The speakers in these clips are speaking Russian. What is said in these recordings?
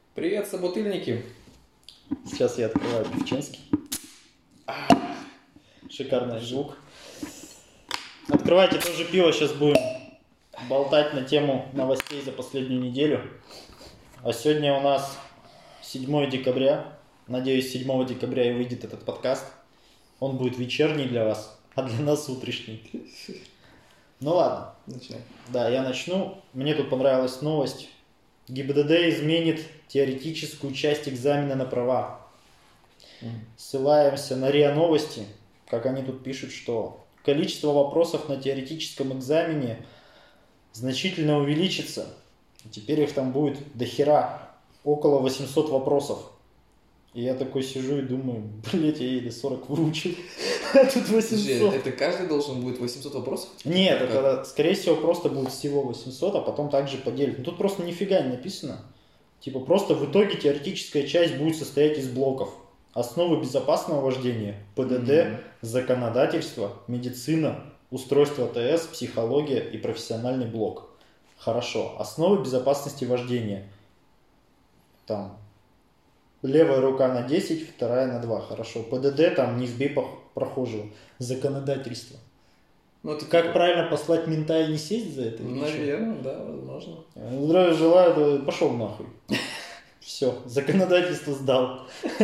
Привет, собутыльники! Сейчас я открываю Певченский. Шикарный звук. Открывайте тоже пиво, сейчас будем болтать на тему новостей за последнюю неделю. А сегодня у нас 7 декабря. Надеюсь, 7 декабря и выйдет этот подкаст. Он будет вечерний для вас, а для нас утренний. Ну ладно. Начинай. Да, я начну. Мне тут понравилась новость. ГИБДД изменит теоретическую часть экзамена на права. Ссылаемся на РИА Новости. Как они тут пишут, что количество вопросов на теоретическом экзамене значительно увеличится. Теперь их там будет до хера. Около 800 вопросов. И я такой сижу и думаю, блять, я еле 40 выучил. А тут 800. Это каждый должен будет 800 вопросов? Нет, это, скорее всего, просто будет всего 800, а потом также поделить. Но тут просто нифига не написано. Типа просто в итоге теоретическая часть будет состоять из блоков. Основы безопасного вождения, ПДД, законодательство, медицина, устройство ТС, психология и профессиональный блок. Хорошо. Основы безопасности вождения. Там левая рука на 10, вторая на 2. Хорошо. ПДД, там не сбей прохожего. Законодательство. Ну, это Как правильно послать мента и не сесть за это? Наверное, да, возможно. Здравия желаю, пошел нахуй. Все, законодательство сдал.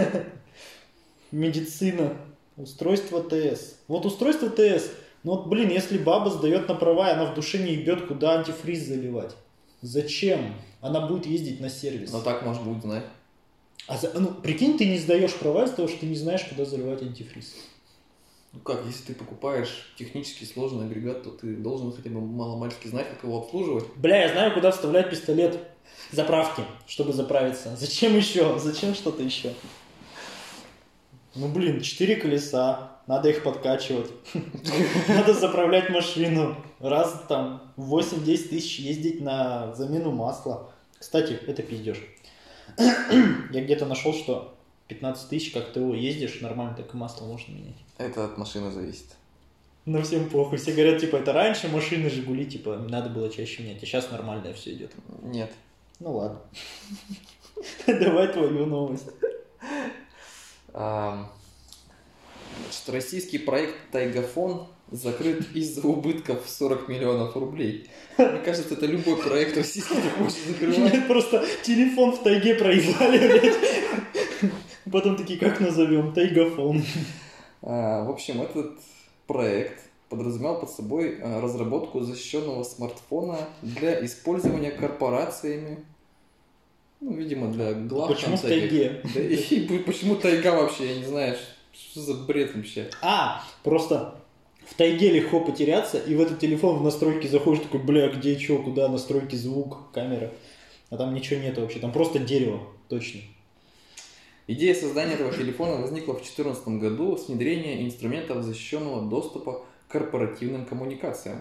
Медицина, устройство ТС. Вот устройство ТС. Ну вот, блин, если баба сдает на права, и она в душе не ебет, куда антифриз заливать. Зачем? Она будет ездить на сервис. Но так можно будет знать. Ну, прикинь, ты не сдаешь права из-за того, что ты не знаешь, куда заливать антифриз. Ну как, если ты покупаешь технически сложный агрегат, то ты должен хотя бы маломальски знать, как его обслуживать. Бля, я знаю, куда вставлять пистолет. Заправки, чтобы заправиться. Зачем еще? Зачем что-то еще? Ну, блин, 4 колеса. Надо их подкачивать. Надо заправлять машину. Раз там в 8-10 тысяч ездить на замену масла. Кстати, это пиздеж. Я где-то нашел, что 15 тысяч, как ТО ездишь, нормально так и масло можно менять. Это от машины зависит. Ну, всем похуй. Все говорят, типа, это раньше машины Жигули, типа, надо было чаще менять. А сейчас нормально все идет. Нет. Ну, ладно. Давай твою новость. Значит, российский проект Тайгафон закрыт из-за убытков в 40 миллионов рублей. Мне кажется, это любой проект российский ты хочешь закрывать. Нет, просто телефон в тайге проебали, блядь. Потом такие, как назовем? Тайгафон. В общем, этот проект подразумевал под собой разработку защищенного смартфона для использования корпорациями. Ну, видимо, для глав. Почему в тайге? Да, и почему тайга вообще, я не знаю, что за бред вообще. Просто в тайге легко потеряться, и в этот телефон в настройки заходишь, такой, бля, где, что, куда, настройки, звук, камера. А там ничего нет вообще, там просто дерево, точно. Идея создания этого телефона возникла в 2014 году с внедрения инструментов защищенного доступа к корпоративным коммуникациям.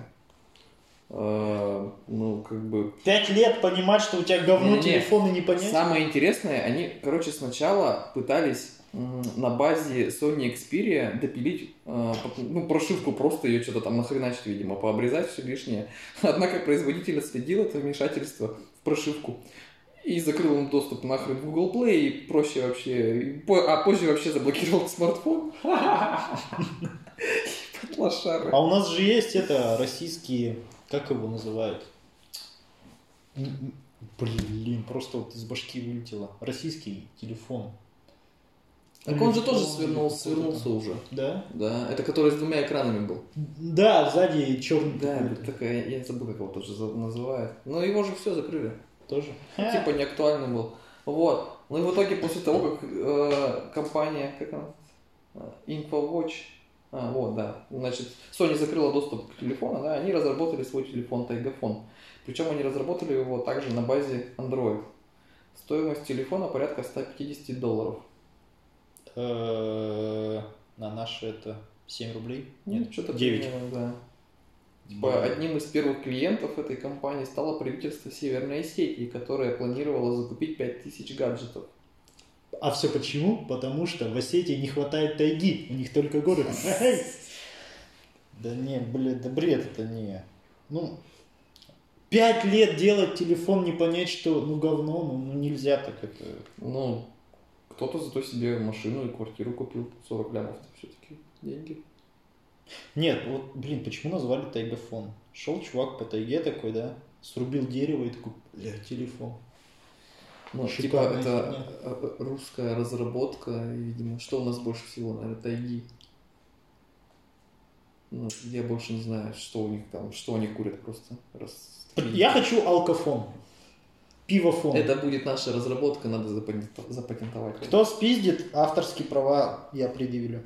5 лет понимать, что у тебя говно телефон и не понять? Самое интересное, они, сначала пытались на базе Sony Xperia допилить прошивку, просто ее что-то там нахреначить, видимо, пообрезать все лишнее. Однако производитель отследил это вмешательство в прошивку и закрыл им доступ нахрен в Google Play, и проще вообще, а позже вообще заблокировал смартфон. Лошары. А у нас же есть российские, как его называют? Блин, просто вот из башки вылетело. Российский телефон. Так он же тоже свернулся уже. Да? Да, это который с 2 экранами был. Да, сзади черный. Да, это такая, я забыл, как его тоже называют. Но его же все закрыли. Тоже? Типа не актуальный был. Вот. Ну и в итоге после того, как компания, как она? InfoWatch. Вот, да. Значит, Sony закрыла доступ к телефону, да, они разработали свой телефон Тайгафон. Причем они разработали его также на базе Android. Стоимость телефона порядка $150. На наши это 7 рублей? Нет, что-то 9. Да. Типа, одним из первых клиентов этой компании стало правительство Северной Осетии, которое планировало закупить 5000 гаджетов. А все почему? Потому что в Осетии не хватает тайги, у них только горы. Да не, блин, да бред это не. Ну, 5 лет делать телефон, не понять, что ну говно, ну нельзя так это. Ну, кто-то зато себе машину и квартиру купил. 40 лямов все-таки деньги. Нет, вот, блин, почему назвали тайгафон? Шел чувак по тайге такой, да, срубил дерево и такой, бля, телефон. Ну, типа, это русская разработка, и, видимо, что у нас больше всего, наверное, тайги. Ну, я больше не знаю, что у них там, что они курят просто. Я хочу алкофон. Пивофон. Это будет наша разработка, надо запатентовать. Кто спиздит, авторские права я предъявлю.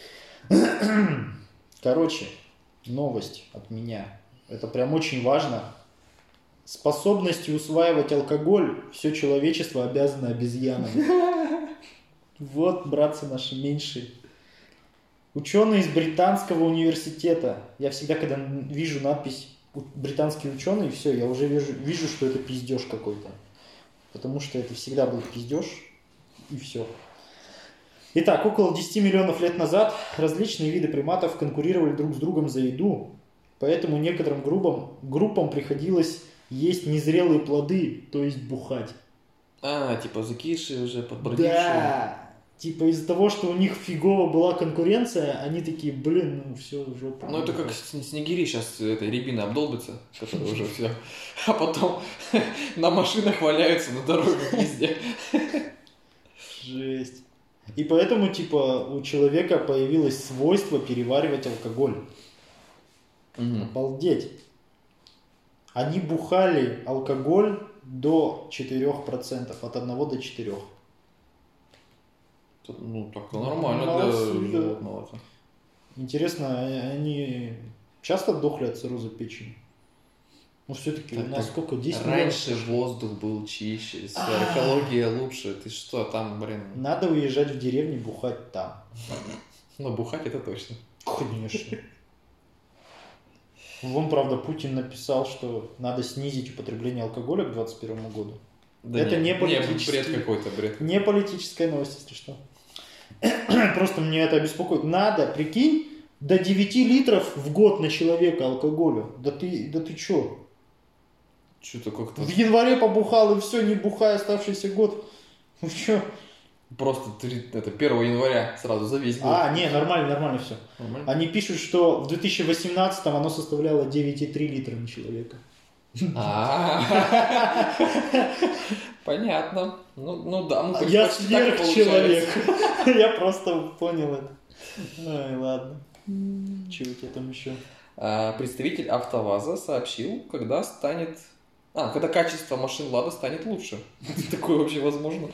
Короче, новость от меня. Это прям очень важно. Способностью усваивать алкоголь все человечество обязано обезьянам. Вот, братцы наши меньшие. Ученые из британского университета. Я всегда, когда вижу надпись «британские ученые», все, я уже вижу, что это пиздеж какой-то. Потому что это всегда был пиздеж, и все. Итак, около 10 миллионов лет назад различные виды приматов конкурировали друг с другом за еду. Поэтому некоторым группам приходилось есть незрелые плоды, то есть бухать. Типа закисшие уже, подбродившие. Да! Типа из-за того, что у них фигово была конкуренция, они такие, блин, ну все, в жопу. Ну это как снегири сейчас этой рябины обдолбятся, которые уже все. А потом на машинах валяются на дорогах везде. Жесть. И поэтому, типа, у человека появилось свойство переваривать алкоголь. Обалдеть. Они бухали алкоголь до 4%, от 1 до 4. Ну, так-то нормально для животного. Интересно, они часто дохли от цирроза печени? Ну, все-таки у нас сколько? 10 Раньше миллионов? воздух был чище, экология лучше. Ты что, там, блин... Надо уезжать в деревню, бухать там. Ну, бухать это точно. Конечно. Вон, правда, Путин написал, что надо снизить употребление алкоголя к 2021 году. Да это нет, не политический... бред какой-то, бред. Не политическая новость, если что. Просто мне это беспокоит. Надо, прикинь, до 9 литров в год на человека алкоголя. Да ты чё? Что-то как-то... В январе побухал и все, не бухай оставшийся год. Ну чё? Просто 1 января сразу за весь год. Не, нормально все. Нормально? Они пишут, что в 2018 оно составляло 9,3 литра на человека. Понятно. Ну да, я сверхчеловек. Я просто понял это. Ой, ладно. Че у тебя там еще? Представитель АвтоВАЗа сообщил, когда качество машин Лада станет лучше. Такое вообще возможно.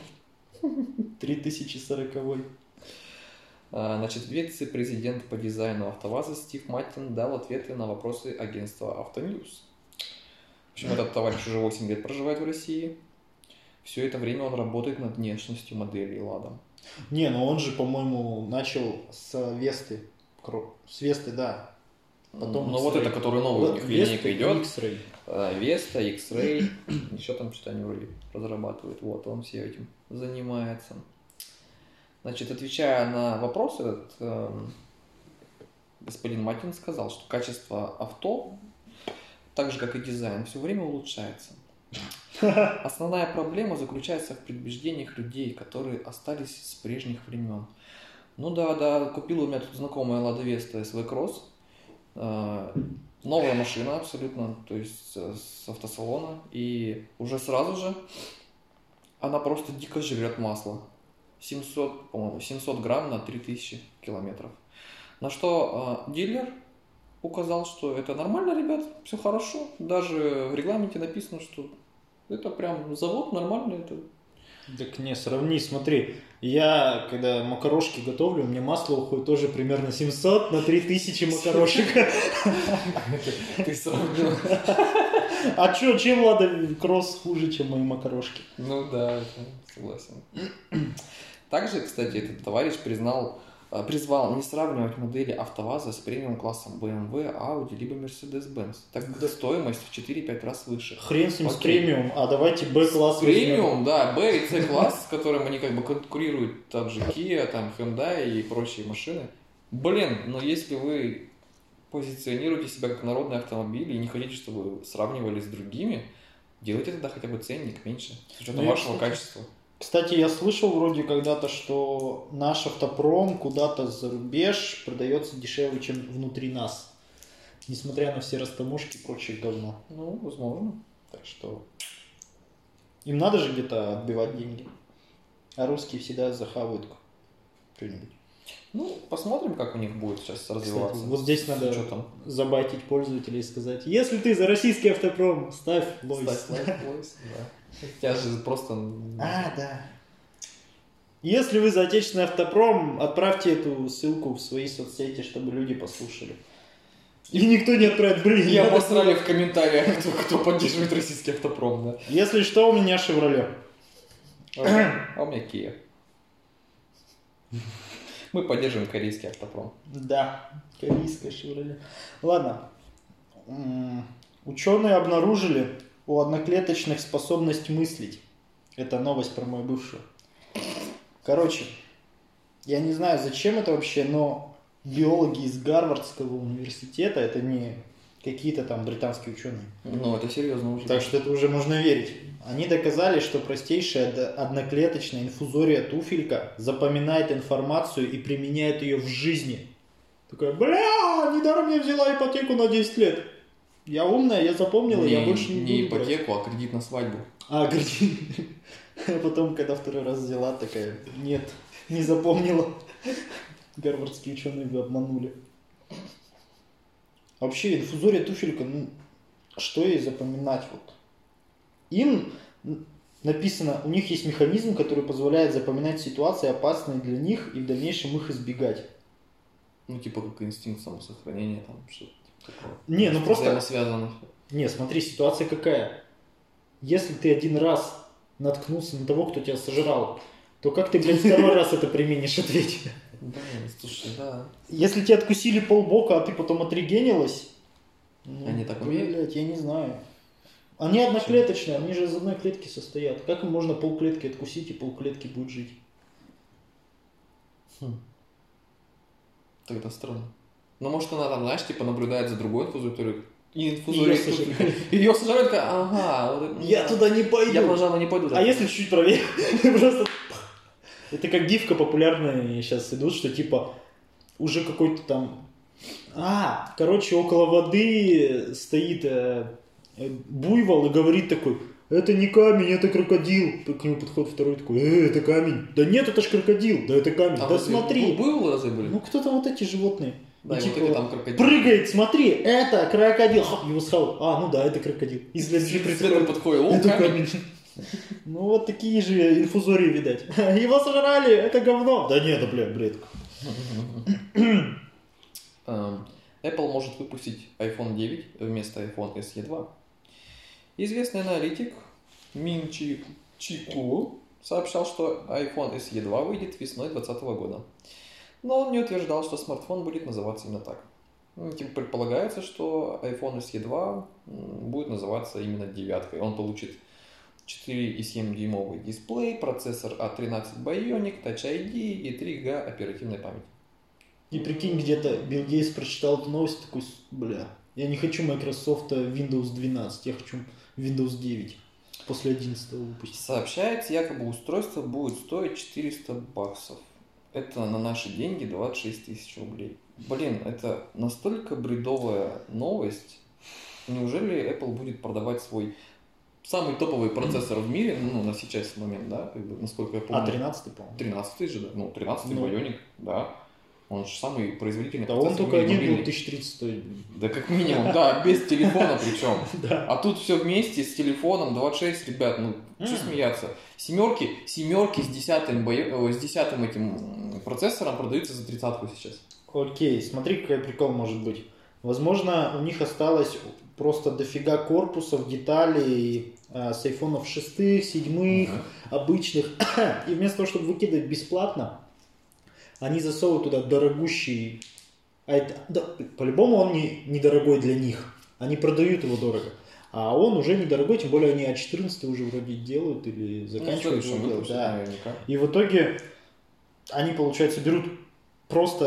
3040. Значит, вице-президент по дизайну АвтоВАЗа Стив Маттин дал ответы на вопросы агентства Автоньюз. В общем, этот товарищ уже 8 лет проживает в России. Все это время он работает над внешностью моделей Лада. Не, ну он же, по-моему, начал с Весты. С Весты, да. Потом вот это, который новый у них линейка идет. X-Ray. Веста, X-Ray. Еще там что-то они вроде разрабатывают. Вот, он все этим занимается. Значит, отвечая на вопрос, этот господин Маттин сказал, что качество авто, так же как и дизайн, все время улучшается. Основная проблема заключается в предубеждениях людей, которые остались с прежних времен. Ну да, купил у меня тут знакомая Lada Vesta SV Cross. Новая машина абсолютно, то есть с автосалона. И уже сразу же она просто дико жрет масло. 700 грамм на 3000 километров. На что дилер указал, что это нормально, ребят, все хорошо. Даже в регламенте написано, что это прям завод нормальный. Это... Так не, сравни, смотри. Я, когда макарошки готовлю, у меня масло уходит тоже примерно 700 на 3000 макарошек. Ты сравнил. А чё, чем Lada Cross хуже, чем мои макарошки? Ну да, согласен. Также, кстати, этот товарищ призвал не сравнивать модели АвтоВАЗа с премиум-классом BMW, Audi, либо Mercedes-Benz, так как стоимость в 4-5 раз выше. Хрен с ним с премиум, а давайте B-класс премиум, да, B и C-класс, с которым они как бы конкурируют, также Kia, там, Hyundai и прочие машины. Блин, но если вы позиционируете себя как народный автомобиль и не хотите, чтобы сравнивали с другими, делайте тогда хотя бы ценник меньше, с учетом вашего качества. Кстати, я слышал вроде когда-то, что наш автопром куда-то за рубеж продается дешевле, чем внутри нас. Несмотря на все растаможки и прочее говно. Ну, возможно. Так что им надо же где-то отбивать деньги. А русские всегда захавают что-нибудь. Ну, посмотрим, как у них будет сейчас развиваться. Кстати, вот здесь надо учетом. забайтить пользователей и сказать: если ты за российский автопром, ставь лойс. Ставь лайк, лойс, да. Я же просто... Да. Если вы за отечественный автопром, отправьте эту ссылку в свои соцсети, чтобы люди послушали. И никто не отправит, блин. Я посрали в комментариях, кто поддерживает российский автопром, да. Если что, у меня Шевроле. А у меня Kia. Мы поддерживаем корейский автопром. Да, корейская Шевроле. Ладно. Ученые обнаружили у одноклеточных способность мыслить. Это новость про мою бывшую. Короче, я не знаю, зачем это вообще, но биологи из Гарвардского университета, это не какие-то там британские ученые. Ну, это серьезно уже. Так что это уже можно верить. Они доказали, что простейшая одноклеточная инфузория туфелька запоминает информацию и применяет ее в жизни. Такая: бля, недаром я взяла ипотеку на 10 лет. Я умная, я запомнила, я больше не буду ипотеку, а кредит на свадьбу. А, кредит. А потом, когда второй раз взяла, такая: нет, не запомнила. Гарвардские ученые бы обманули. Вообще, инфузория туфелька, ну, что ей запоминать? Вот. Им написано, у них есть механизм, который позволяет запоминать ситуации, опасные для них, и в дальнейшем их избегать. Ну, типа как инстинкт самосохранения, там что-то такое. Не, ну просто... Связано. Не, смотри, ситуация какая. Если ты один раз наткнулся на того, кто тебя сожрал, то как ты, блядь, второй раз это применишь, ответь? Да, слушай, да. Если тебя откусили полбока, а ты потом отрегенилась... Они так умеют? Блядь, я не знаю. Они одноклеточные, они же из одной клетки состоят. Как им можно полклетки откусить, и полклетки будет жить? Тогда странно. Ну, может, она там, знаешь, типа наблюдает за другой инфузорией. И инфузория... Ее сожрали, такая: ага. Вот, я туда не пойду. Я, пожалуй, не пойду. А если чуть правее? Просто... Это как гифка популярная сейчас идут, что типа уже какой-то там... короче, около воды стоит буйвол и говорит такой: это не камень, это крокодил. К нему подходит второй такой: это камень. Да нет, это ж крокодил. Да это камень. Да смотри. Буйволы разве были? Ну кто-то вот эти животные. Да, и типа, вот эти там крокодилы. Прыгает, смотри, это крокодил. Его схавал. Ну да, это крокодил. И следующий подходит: это камень. Ну вот такие же инфузории, видать. Его сожрали, это говно. Да нет, бред. Apple может выпустить iPhone 9 вместо iPhone SE 2. Известный аналитик Мин Чи Ку сообщал, что iPhone SE 2 выйдет весной 2020 года. Но он не утверждал, что смартфон будет называться именно так. Предполагается, что iPhone SE 2 будет называться именно девяткой. Он получит 4,7-дюймовый дисплей, процессор A13 Bionic, Touch ID и 3 ГБ оперативной памяти. И прикинь, где-то Билл Гейтс прочитал эту новость, такой: бля, я не хочу Microsoft Windows 12, я хочу Windows 9 после 11 выпустить. Сообщается, якобы устройство будет стоить $400. Это на наши деньги 26 тысяч рублей. Блин, это настолько бредовая новость. Неужели Apple будет продавать свой самый топовый процессор в мире, на сейчасшний момент, да, как бы, насколько я помню. 13-й, по-моему. 13-й же, да. 13-й Bionic, да. Он же самый производительный процессор. Да он только один мобильный. был 1030 стоит. Да как минимум, да, без телефона причем. Да. А тут все вместе с телефоном 26, ребят, что смеяться. Семерки с 10-м этим процессором продаются за 30-ку сейчас. Окей, смотри, какой прикол может быть. Возможно, у них осталось просто дофига корпусов, деталей с айфонов 6, 7, обычных. И вместо того, чтобы выкидывать бесплатно, они засовывают туда дорогущий... по-любому он недорогой для них. Они продают его дорого. А он уже недорогой, тем более они А14 уже вроде делают или заканчивают его делать. Да. И в итоге они, получается, берут просто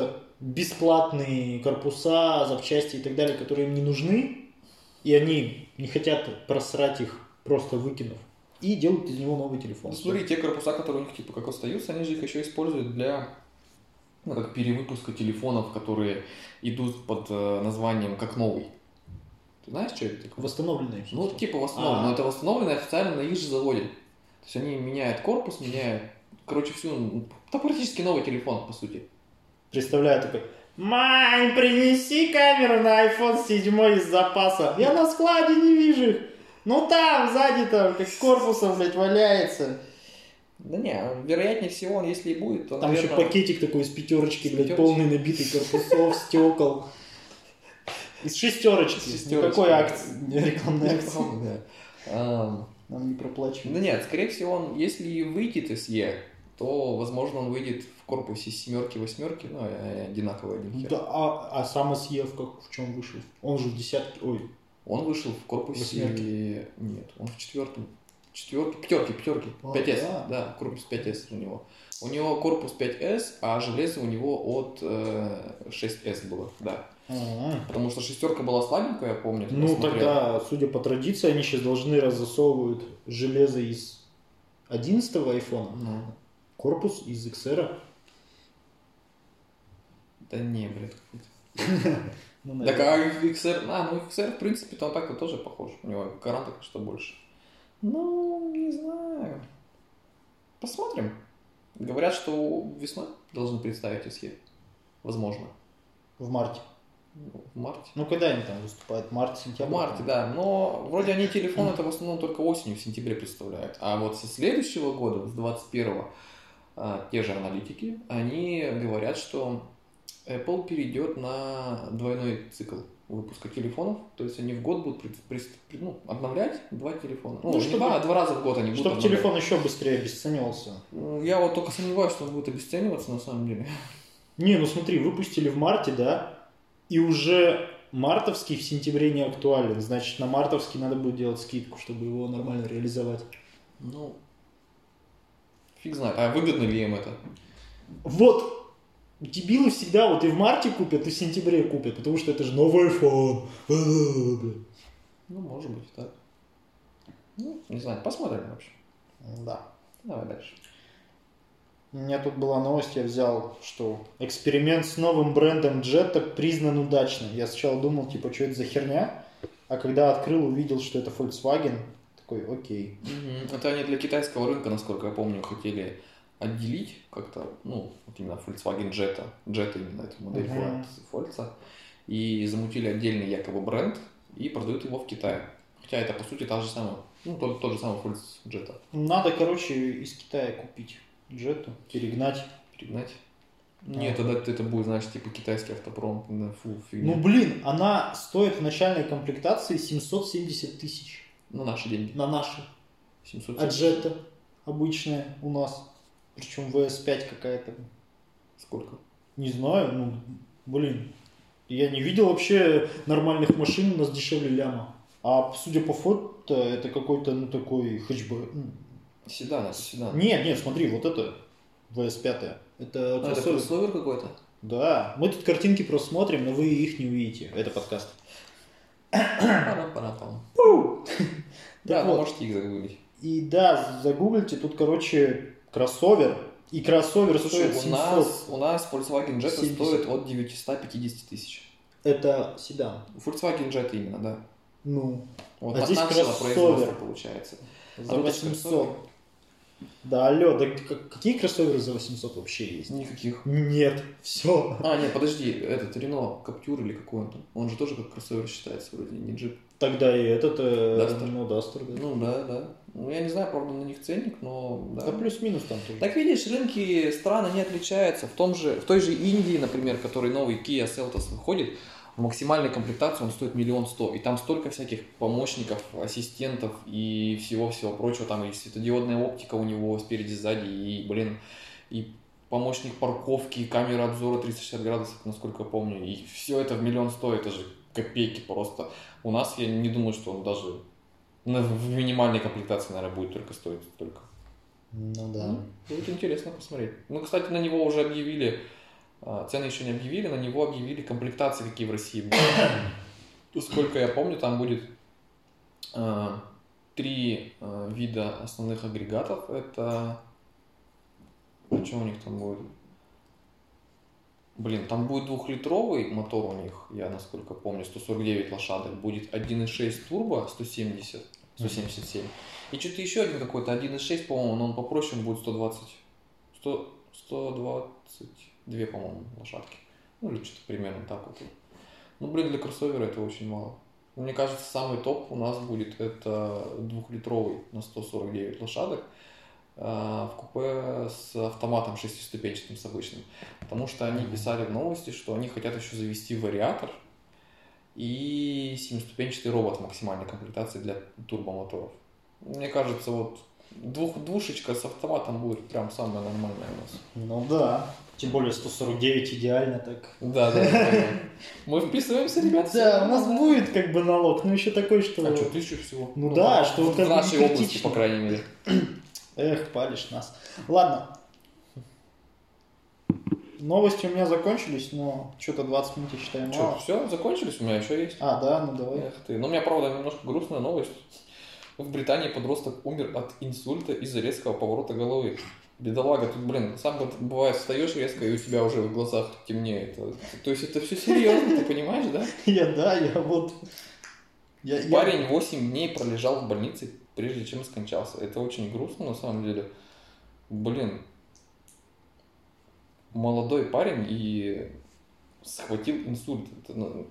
бесплатные корпуса, запчасти и так далее, которые им не нужны, и они не хотят просрать их, просто выкинув, и делают из него новый телефон. Ну, смотри, те корпуса, которые у них типа как остаются, они же их еще используют для как перевыпуска телефонов, которые идут под названием как новый. Ты знаешь, что это такое? Восстановленные. Ну, типа восстановленные, но это восстановленные официально на их же заводе. То есть они меняют корпус, меняют, короче, всю, это практически новый телефон, по сути. Представляю такой: «Мам, принеси камеру на iPhone 7 из запаса. Я на складе не вижу их. Ну там, сзади там, как корпусом, блядь, валяется». Да не, вероятнее всего, он если и будет, то, Там наверное... еще пакетик такой из пятерочки, блядь, полный набитый корпусов, стекол. Из шестерочки. Никакой акции, рекламной акции. Нам не проплачивают. Да нет, скорее всего, он, если и выйдет из Е, то, возможно, он выйдет в корпусе семерки, восьмерки, ну, одинаковый один хер. Да, а сам СЕ в чем вышел? Он же в десятке, ой. Он вышел в корпусе... Восьмерки. Нет, он в четвертом. Пятерки. 5S, да, корпус 5S у него. У него корпус 5S, а железо у него от 6S было, да. Потому что шестерка была слабенькая, я помню. Ну, тогда, судя по традиции, они сейчас должны засовывают железо из 11-го айфона, корпус из XR. Да не, блядь, какой-то. Так, а XR, ну XR, в принципе, там так-то тоже похож. У него экран так что больше. Ну, не знаю. Посмотрим. Говорят, что весной должны представить SE. Возможно. В марте. В марте. Ну, когда они там выступают? Март, сентябрь? В марте, да. Но вроде они телефон это в основном только осенью, в сентябре представляют. А вот со следующего года, с 21-го, те же аналитики, они говорят, что Apple перейдет на двойной цикл выпуска телефонов. То есть они в год будут обновлять два телефона. Ну, чтобы, два раза в год они будут обновлять. Чтобы телефон еще быстрее обесценивался. Я вот только сомневаюсь, что он будет обесцениваться на самом деле. Не, ну смотри, выпустили в марте, да? И уже мартовский в сентябре не актуален. Значит, на мартовский надо будет делать скидку, чтобы его нормально реализовать. Ну, фиг знает. А выгодно ли им это? Вот. Дебилы всегда вот и в марте купят, и в сентябре купят, потому что это же новый iPhone. Ну, может быть, так. Ну, не знаю, посмотрим вообще. Да. Давай дальше. У меня тут была новость, я взял, что эксперимент с новым брендом Jetta признан удачным. Я сначала думал, типа, что это за херня, а когда открыл, увидел, что это Volkswagen, такой, окей. Это они для китайского рынка, насколько я помню, хотели отделить как-то, ну, вот именно Volkswagen Jetta именно эту модель Volkswagen, и замутили отдельный якобы бренд и продают его в Китае. Хотя это, по сути, та же самая, ну, тот же самый Volkswagen. Надо, короче, из Китая купить Джетту, перегнать. Нет, тогда это будет, знаешь, типа китайский автопром. Ну, блин, она стоит в начальной комплектации 770 тысяч. На наши деньги. На наши. 770. А Джетта обычная у нас. Причем VS5 какая-то. Сколько? Не знаю, ну, блин. Я не видел вообще нормальных машин у нас дешевле ляма. А судя по фото, это какой-то, ну, такой хэтчбэк. Седан, это седан. Нет, смотри, вот это VS5. Это кроссовер какой-то? Да. Мы тут картинки просто смотрим, но вы их не увидите. Это подкаст. Пара-пара-пам. Да, вы можете их загуглить. И да, загуглите, тут, короче, кроссовер. И кроссовер стоит 700. У нас Volkswagen Jetta стоит от 950 тысяч. Это седан. Volkswagen Jetta именно, да. Ну, вот а здесь кроссовер получается. За 800. Да, алло, да какие кроссоверы за 800 вообще есть? Никаких. Нет, все. Нет, подожди, этот Renault Captur или какой он там? Он же тоже как кроссовер считается, вроде не джип. Тогда и этот, Duster. ну, Duster, да. Ну, да. Ну, я не знаю, правда, на них ценник, но да. Да плюс-минус там тоже. Так видишь, рынки страны не отличаются. В той же Индии, например, который новый Kia Seltos выходит, в максимальной комплектации он стоит 1 100 000. И там столько всяких помощников, ассистентов и всего-всего прочего. Там и светодиодная оптика у него спереди, сзади, и помощник парковки, и камера обзора 360 градусов, насколько я помню. И все это в 1 100 000. Это же копейки просто. У нас, я не думаю, что он даже в минимальной комплектации, наверное, будет только стоить столько. Ну да. Будет интересно посмотреть. Ну, кстати, на него уже объявили Цены еще не объявили, на него объявили комплектации, какие в России будут. Сколько я помню, там будет 3 вида основных агрегатов. Это... Что у них там будет? Блин, там будет 2-литровый мотор у них, я насколько помню, 149 лошадок. Будет 1.6 турбо, 177. И что-то еще один какой-то, 1.6, по-моему, но он попроще, он будет 122, по-моему, лошадки. Ну, или что-то примерно так вот. Ну, блин, для кроссовера это очень мало. Мне кажется, самый топ у нас будет это 2-литровый на 149 лошадок в купе с автоматом 6-ступенчатым, с обычным. Потому что они писали в новости, что они хотят еще завести вариатор и 7-ступенчатый робот максимальной комплектации для турбомоторов. Мне кажется, вот двушечка с автоматом будет прям самая нормальная у нас. Ну да. Тем более 149 идеально так. Да. Мы вписываемся, ребята. Да, у нас будет как бы налог, но еще такой, что... А что, 1000 всего? Ну да, что в нашей области, по крайней мере. Эх, палишь нас. Ладно. Новости у меня закончились, но что-то 20 минут я считаю мало. Что, все, закончились? У меня еще есть. А, да, ну давай. Эх ты. Ну, у меня, правда, немножко грустная новость. В Британии подросток умер от инсульта из-за резкого поворота головы. Бедолага, тут, блин, сам бывает встаешь резко, и у тебя уже в глазах темнеет. То есть это все серьезно, ты понимаешь, да? Я вот... Парень 8 дней пролежал в больнице, прежде чем скончался. Это очень грустно, на самом деле. Блин. Молодой парень и схватил инсульт. Это, ну...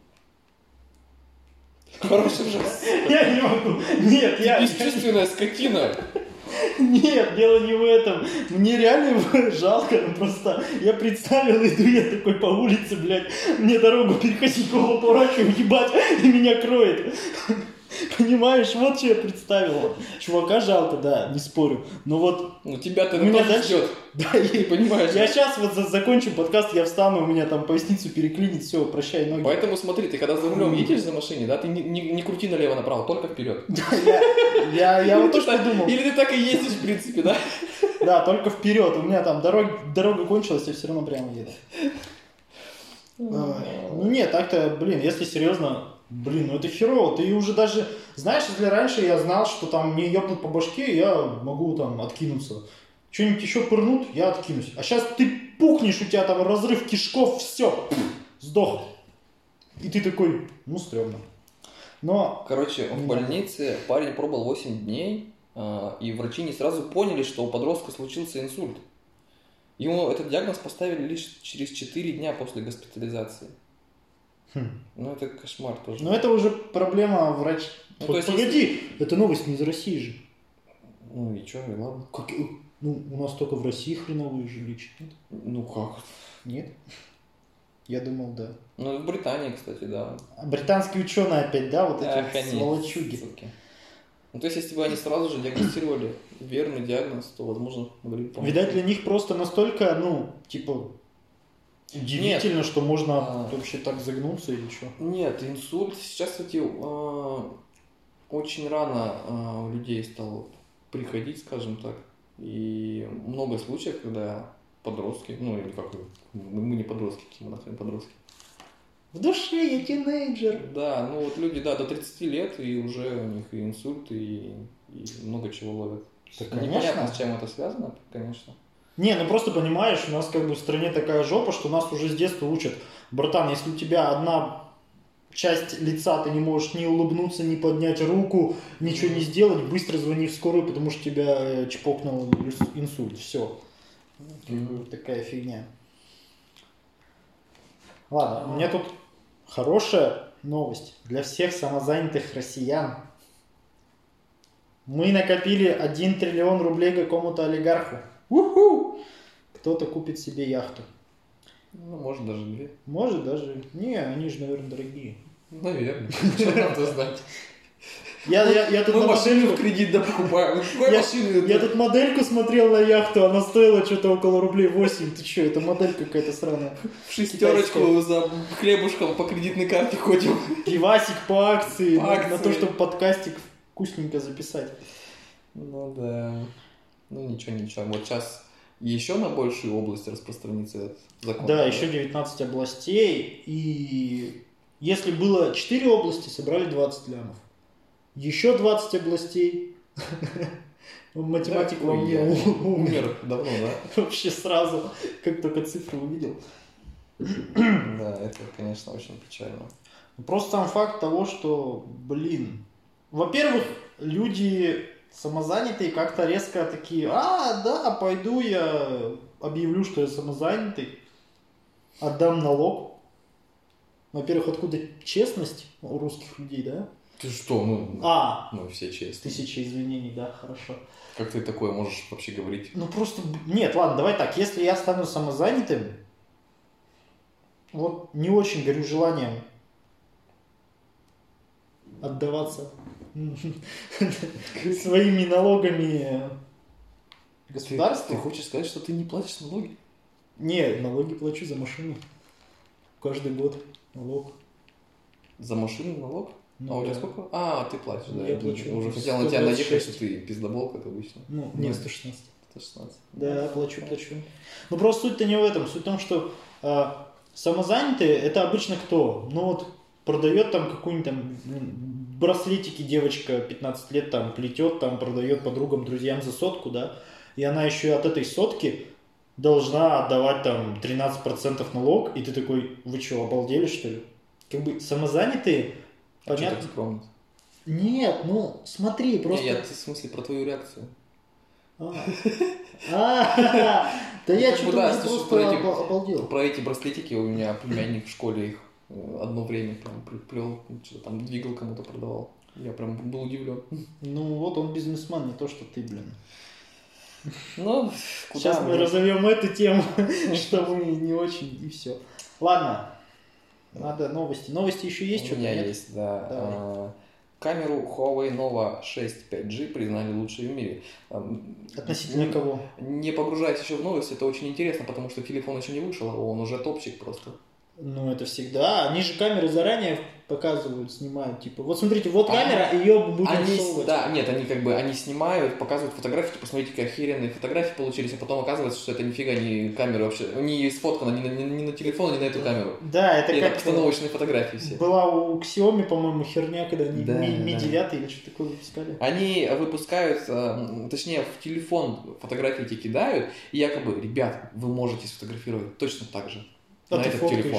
Хороший же. Я не могу. Нет, я... Бесчувственная скотина. Нет, дело не в этом. Мне реально его жалко, ну просто я представил, иду я такой по улице, блядь, мне дорогу переходить, голову поворачиваю, ебать, и меня кроет. Понимаешь, вот что я представил. Чувака жалко, да, не спорю. Но вот... Ну тебя-то у меня тоже дальше... ждет. Да, ты понимаешь. Я сейчас вот закончу подкаст, я встану, у меня там поясницу переклинит, все, прощай, ноги. Поэтому смотри, ты когда за рулем едешь за машиной, да, ты не крути налево-направо, только вперед. Да, я вот тоже подумал. Или ты так и ездишь, в принципе, да? Да, только вперед. У меня там дорога кончилась, я все равно прямо еду. Ну нет, так-то, блин, если серьезно, блин, ну это херово. Ты уже даже, знаешь, если раньше я знал, что там мне ёбнут по башке, я могу там откинуться. Что-нибудь еще пырнут, я откинусь. А сейчас ты пукнешь, у тебя там разрыв кишков, все, сдох. И ты такой, ну стрёмно. Но... Короче, в больнице парень пробыл 8 дней, и врачи не сразу поняли, что у подростка случился инсульт. Ему этот диагноз поставили лишь через 4 дня после госпитализации. Ну, это кошмар тоже. Но это уже проблема врача. Ну, Погоди, это новость не из России же. Ну и чё, и ладно. Ну, у нас только в России хреновые же лечат, нет? Ну как? Нет? Я думал, да. Ну, в Британии, кстати, да. А британские ученые опять, да, вот эти сволочуги. Ну, то есть, если бы они сразу же диагностировали верный диагноз, то, возможно, могли бы помочь. Видать, для них просто настолько, ну, типа, удивительно, нет, что можно вообще так загнуться или что? Нет, инсульт сейчас, кстати, очень рано у людей стал приходить, скажем так. И много случаев, когда подростки, ну, или как мы не подростки, какие мы нахрен подростки. В душе я тинейджер. Да, ну вот люди, да, до 30 лет, и уже у них и инсульт, и много чего ловят. Да, непонятно, с чем это связано, конечно. Не, ну просто понимаешь, у нас как бы в стране такая жопа, что нас уже с детства учат. Братан, если у тебя одна часть лица, ты не можешь ни улыбнуться, ни поднять руку, ничего не сделать, быстро звони в скорую, потому что тебя чпокнул инсульт. Все. Такая фигня. Ладно, у меня тут хорошая новость для всех самозанятых россиян. Мы накопили 1 триллион рублей какому-то олигарху. У-ху! Кто-то купит себе яхту. Ну, может, даже 2. Может, даже... Не, они же, наверное, дорогие. Наверное. Что надо знать? Я тут мы машину в кредит покупаем. Я тут модельку смотрел на яхту, она стоила что-то около рублей 8. Ты что, это модель какая-то сраная. В шестерочку за хлебушком по кредитной карте ходим. Пивасик по акции. На то, чтобы подкастик вкусненько записать. Ну да. Ну ничего. Вот сейчас еще на большую область распространится этот закон? Да, еще 19 областей. И если было 4 области, собрали 20 лямов. Еще 20 областей. Математик во мне умер давно, да? Вообще сразу, как только цифры увидел. Да, это, конечно, очень печально. Просто сам факт того, что, во-первых, люди самозанятые как-то резко такие: да, пойду я объявлю, что я самозанятый, отдам налог. Во-первых, откуда честность у русских людей, да? Ты что, мы все честные. 1000 извинений, да, хорошо. Как ты такое можешь вообще говорить? Просто, нет, ладно, давай так, если я стану самозанятым, вот не очень горю желанием отдаваться своими налогами государству. Ты хочешь сказать, что ты не платишь налоги? Не, налоги плачу за машину. Каждый год налог. За машину налог? Ну, а у тебя да. сколько? Ты платишь, да. Я плачу. Уже хотел на тебя 126. наехать, что ты пиздобол, как обычно. Нет, 116. 116. Да, плачу. Ну просто суть-то не в этом. Суть в том, что самозанятые это обычно кто? Продает там какую-нибудь там браслетики девочка 15 лет там плетет, там продает подругам, друзьям за 100, да? И она еще и от этой 100 должна отдавать там 13% налог, и ты такой: вы что, обалдели, что ли? Как бы самозанятые, понятно? Что так скромно? Нет, смотри, просто... Я в смысле про твою реакцию. Да я что-то да, уже слушай, просто обалдел. Про эти браслетики у меня племянник в школе их одно время прям плел, что-то там двигал, кому-то продавал. Я прям был удивлен. Он бизнесмен, не то, что ты, Куда Сейчас мы разовьем эту тему, что мы не очень, и все. Ладно, надо новости. Новости еще есть что-то? У меня нет? есть, да. Давай. Камеру Huawei Nova 6 5G признали лучшей в мире. Относительно кого? Не погружаясь еще в новости, это очень интересно, потому что телефон еще не вышел, а он уже топчик просто. Это всегда. Они же камеры заранее показывают, снимают. Типа, вот смотрите, вот камера, ее будем всовывать. Да, нет, они снимают, показывают фотографии, типа, смотрите, какие охеренные фотографии получились, а потом оказывается, что это нифига не камера вообще. Не сфоткана ни на телефон, ни на эту камеру. Да, это как постановочные фотографии все. Была у Xiaomi, по-моему, херня, когда они Да, Mi 9 или что такое выпускали. Они выпускают, точнее, в телефон фотографии эти кидают, и якобы: ребят, вы можете сфотографировать точно так же. А На ты этот фоткаешь. телефон.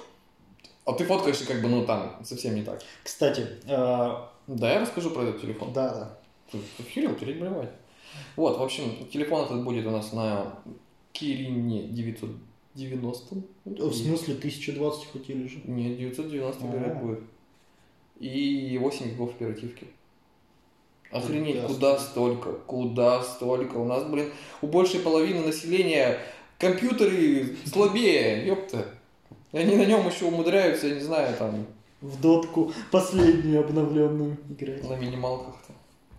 А ты фоткаешь, и там совсем не так. Кстати, Да, я расскажу про этот телефон. Да. Ты охерел, тереть блевать. Вот, в общем, телефон этот будет у нас на Kirin 990. В смысле 1020 хотели же? Нет, 990, говорят, будет. И 8 гигов оперативки. Охренеть, куда столько? У нас, у большей половины населения компьютеры слабее, ёпта. И они на нем еще умудряются, я не знаю, там... В дотку последнюю обновленную играть. На минималках-то.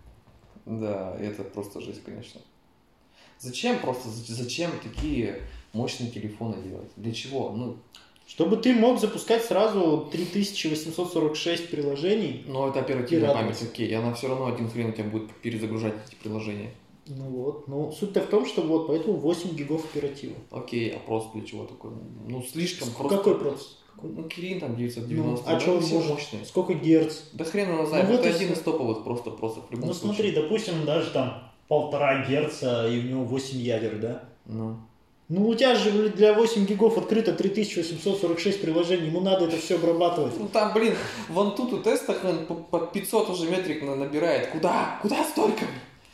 Да, это просто жесть, конечно. Зачем такие мощные телефоны делать? Для чего? Чтобы ты мог запускать сразу 3846 приложений. Но это оперативная память, окей. Она все равно один хрен у тебя будет перезагружать эти приложения. Суть-то в том, что поэтому 8 гигов оператива. Окей, а процесс для чего такой? Слишком просто. Какой процесс? Kirin там 990. А что он все может? мощные. Сколько герц? Да хрен его знает, это один из топовых просто в любом случае. Смотри, допустим, даже там 1,5 герца и у него 8 ядер, да? У тебя же для 8 гигов открыто 3846 приложений, ему надо это все обрабатывать. Там, в Antutu тестах по 500 уже метрик набирает. Куда столько?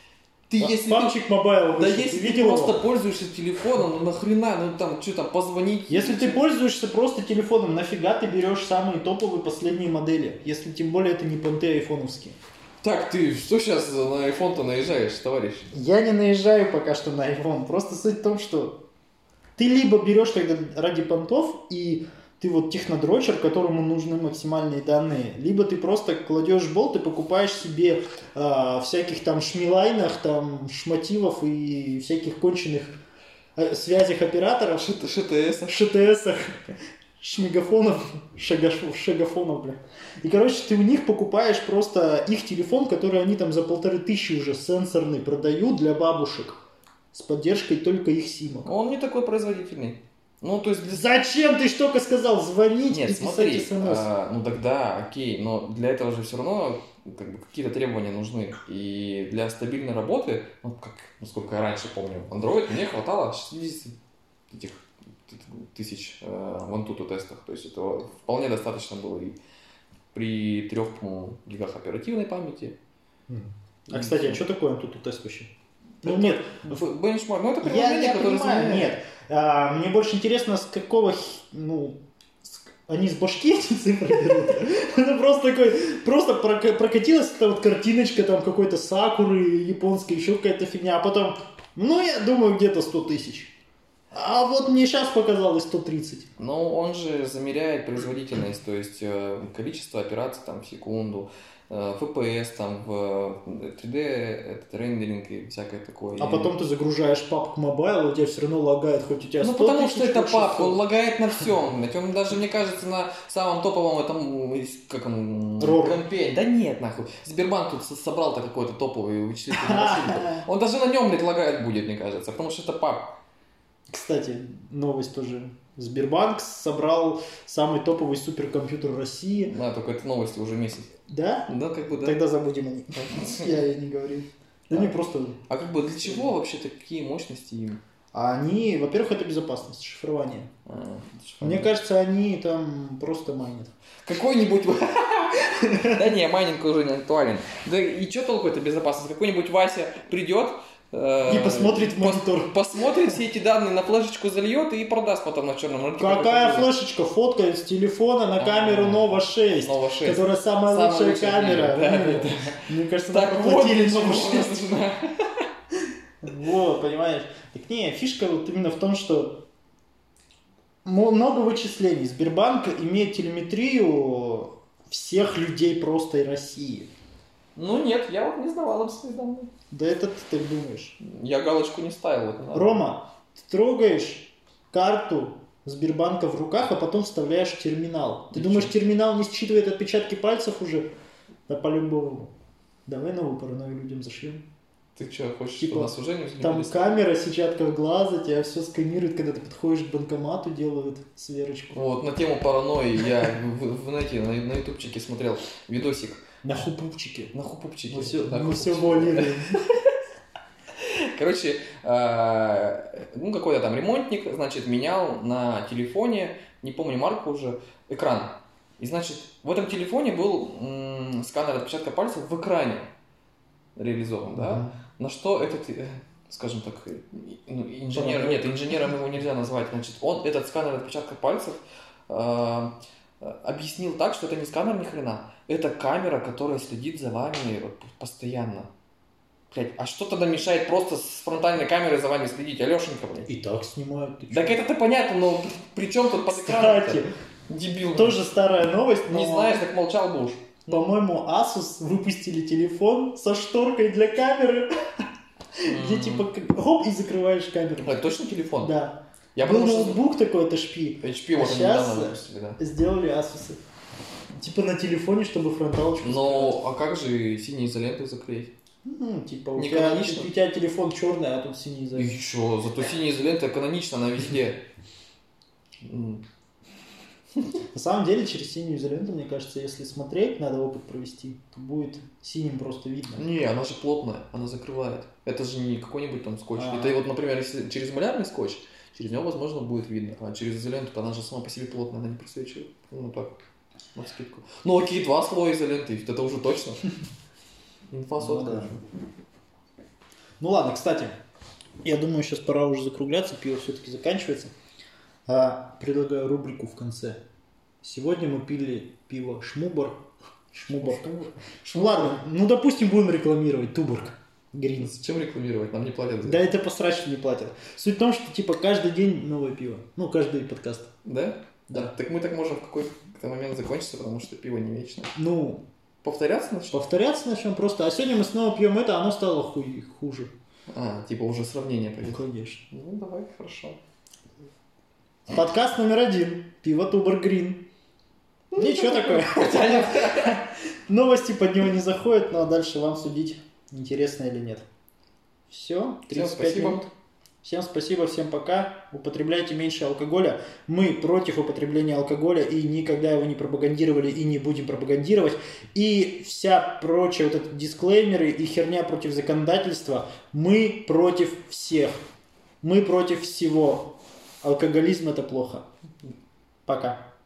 PUBG Mobile. Да если ты просто пользуешься телефоном, нахрена, позвонить. Если ты пользуешься просто телефоном, нафига ты берешь самые топовые последние модели? Если тем более это не понты айфоновские. Так, ты что сейчас на iPhone-то наезжаешь, товарищ? Я не наезжаю пока что на iPhone. Просто суть в том, что ты либо берешь тогда ради понтов, и ты технодрочер, которому нужны максимальные данные, либо ты просто кладешь болт и покупаешь себе всяких там шмилайнах, там шмотивов и всяких конченых связях операторов. ШТСах. Шмегафонов, шагафонов, бля. И, ты у них покупаешь просто их телефон, который они там за 1500 уже сенсорный продают для бабушек. с поддержкой только их симок. Он не такой производительный. Ну, то есть... Зачем ты что только сказал? Звонить и писать смс. Ну тогда окей, но для этого же все равно как бы, какие-то требования нужны. И для стабильной работы, ну, как, насколько я раньше помню, Android мне хватало 60 этих тысяч в Antutu тестах. То есть этого вполне достаточно было и при 3, по-моему, гигах оперативной памяти. А, кстати, а что такое Antutu тест вообще? Ну, нет. Бенчмарк, ну это приложение, которое понимаю, нет. Мне больше интересно, с какого, они с башки эти цифры берут. Это просто такой, просто прокатилась эта вот картиночка там какой-то сакуры японской, еще какая-то фигня, а потом, я думаю, где-то 100 тысяч. А вот мне сейчас показалось 130. Но он же замеряет производительность, то есть количество операций там, в секунду, FPS там, в 3D, этот рендеринг и всякое такое. А потом ты загружаешь папку Mobile, у тебя все равно лагает, хоть у тебя 100 потому тысяч, что это папка, он 600. лагает на всем. Он даже, мне кажется, на самом топовом этом, как он, компе. Да нет, нахуй. Сбербанк тут собрал-то какой-то топовый вычислительный машинку. Он даже на нем, блядь, лагает будет, мне кажется, потому что это папка. Кстати, новость тоже. Сбербанк собрал самый топовый суперкомпьютер России. Да, только это новости уже месяц. Да? Да, как бы, да. Тогда забудем о них. Я и не говорил. Да не просто... А как бы для чего вообще такие мощности им? Они, во-первых, это безопасность, шифрование. Мне кажется, они там просто майнят. Какой-нибудь... Да не, майнинг уже не актуален. Да и что толку это безопасность? Какой-нибудь Вася придет... И посмотрит в монитор. Посмотрит все эти данные, на флешечку зальет и продаст потом на черном рынке. Какая флешечка? Фотка с телефона на камеру Nova 6. Nova 6. Которая самая лучшая камера. Да. Мне кажется, Так проплатили вот, Nova 6. Вот, понимаешь. Так не, фишка вот именно в том, что много вычислений. Сбербанк имеет телеметрию всех людей просто и России. Ну нет, я вот не сдавал им свои данные. Да это ты так думаешь. Я галочку не ставил. Рома, ты трогаешь карту Сбербанка в руках, а потом вставляешь в терминал. Ты думаешь, терминал не считывает отпечатки пальцев уже? Да по-любому. Давай новую паранойю людям зашьем. Ты что, хочешь, типа, чтобы нас уже не взглянули? Там камера, сетчатка в глаза, тебя все сканирует, когда ты подходишь к банкомату, делают сверочку. Вот, на тему паранойи я на ютубчике смотрел видосик. На хупупчике. На хупупчике. Мы все вуалируем. Короче, какой-то там ремонтник, значит, менял на телефоне, не помню марку уже, экран. И, значит, в этом телефоне был сканер отпечатка пальцев в экране реализован, да? На что этот, скажем так, инженер, нет, инженером его нельзя назвать, значит, он этот сканер отпечатка пальцев объяснил так, что это не сканер ни хрена, это камера, которая следит за вами постоянно. Блять, а что тогда мешает просто с фронтальной камерой за вами следить, Алешенька, блядь? И так снимают. Так это-то понятно, но при чем тут под экраном? Кстати, дебил. Тоже старая новость, но... Не знаешь, так молчал бы уж. По-моему, Asus выпустили телефон со шторкой для камеры, где типа хоп и закрываешь камеру. Это точно телефон? Да. Я Был потому что... ноутбук такой, это HP. HP вот они сейчас недавно выпустили, да. сделали Asus. Типа на телефоне, чтобы фронталочку Ну, а как же синей изолентой заклеить? Типа у Не тебя канонично? телефон черный, а тут синий И изолента. чё, зато синяя изолента канонично, она везде. На самом деле, через синюю изоленту, мне кажется, если смотреть, надо опыт провести, то будет синим просто видно. Не, она же плотная, она закрывает. Это же не какой-нибудь там скотч. Это вот, например, если через малярный скотч, через него, возможно, будет видно. А через изоленту, она же сама по себе плотная, она не просвечивает. Ну так, на скидку. Ну окей, 2 слоя изоленты, это уже точно. Инфа сотка. Ну ладно, кстати, я думаю, сейчас пора уже закругляться, пиво все-таки заканчивается. Предлагаю рубрику в конце. Сегодня мы пили пиво Шмубор. Ладно, ну допустим, будем рекламировать Туборг Грин. Зачем рекламировать? Нам не платят за Да это посрать, что не платят. Суть в том, что типа каждый день новое пиво. Ну, каждый подкаст. Да? Да. Так мы так можем в какой-то момент закончиться, потому что пиво не вечно. Ну, Повторяться начнем? повторяться начнем просто. А сегодня мы снова пьем это, оно стало хуже. Типа уже сравнение Ну, пойдет. конечно. Ну, давай, хорошо. Подкаст номер 1. Пиво Туборг Грин. Ничего такое. Новости под него не заходят, но дальше вам судить, интересно или нет. Все, 35 спасибо. минут. Всем спасибо, всем пока. Употребляйте меньше алкоголя. Мы против употребления алкоголя и никогда его не пропагандировали и не будем пропагандировать. И вся прочая вот эти дисклеймеры и херня против законодательства. Мы против всех. Мы против всего. Алкоголизм это плохо. Пока.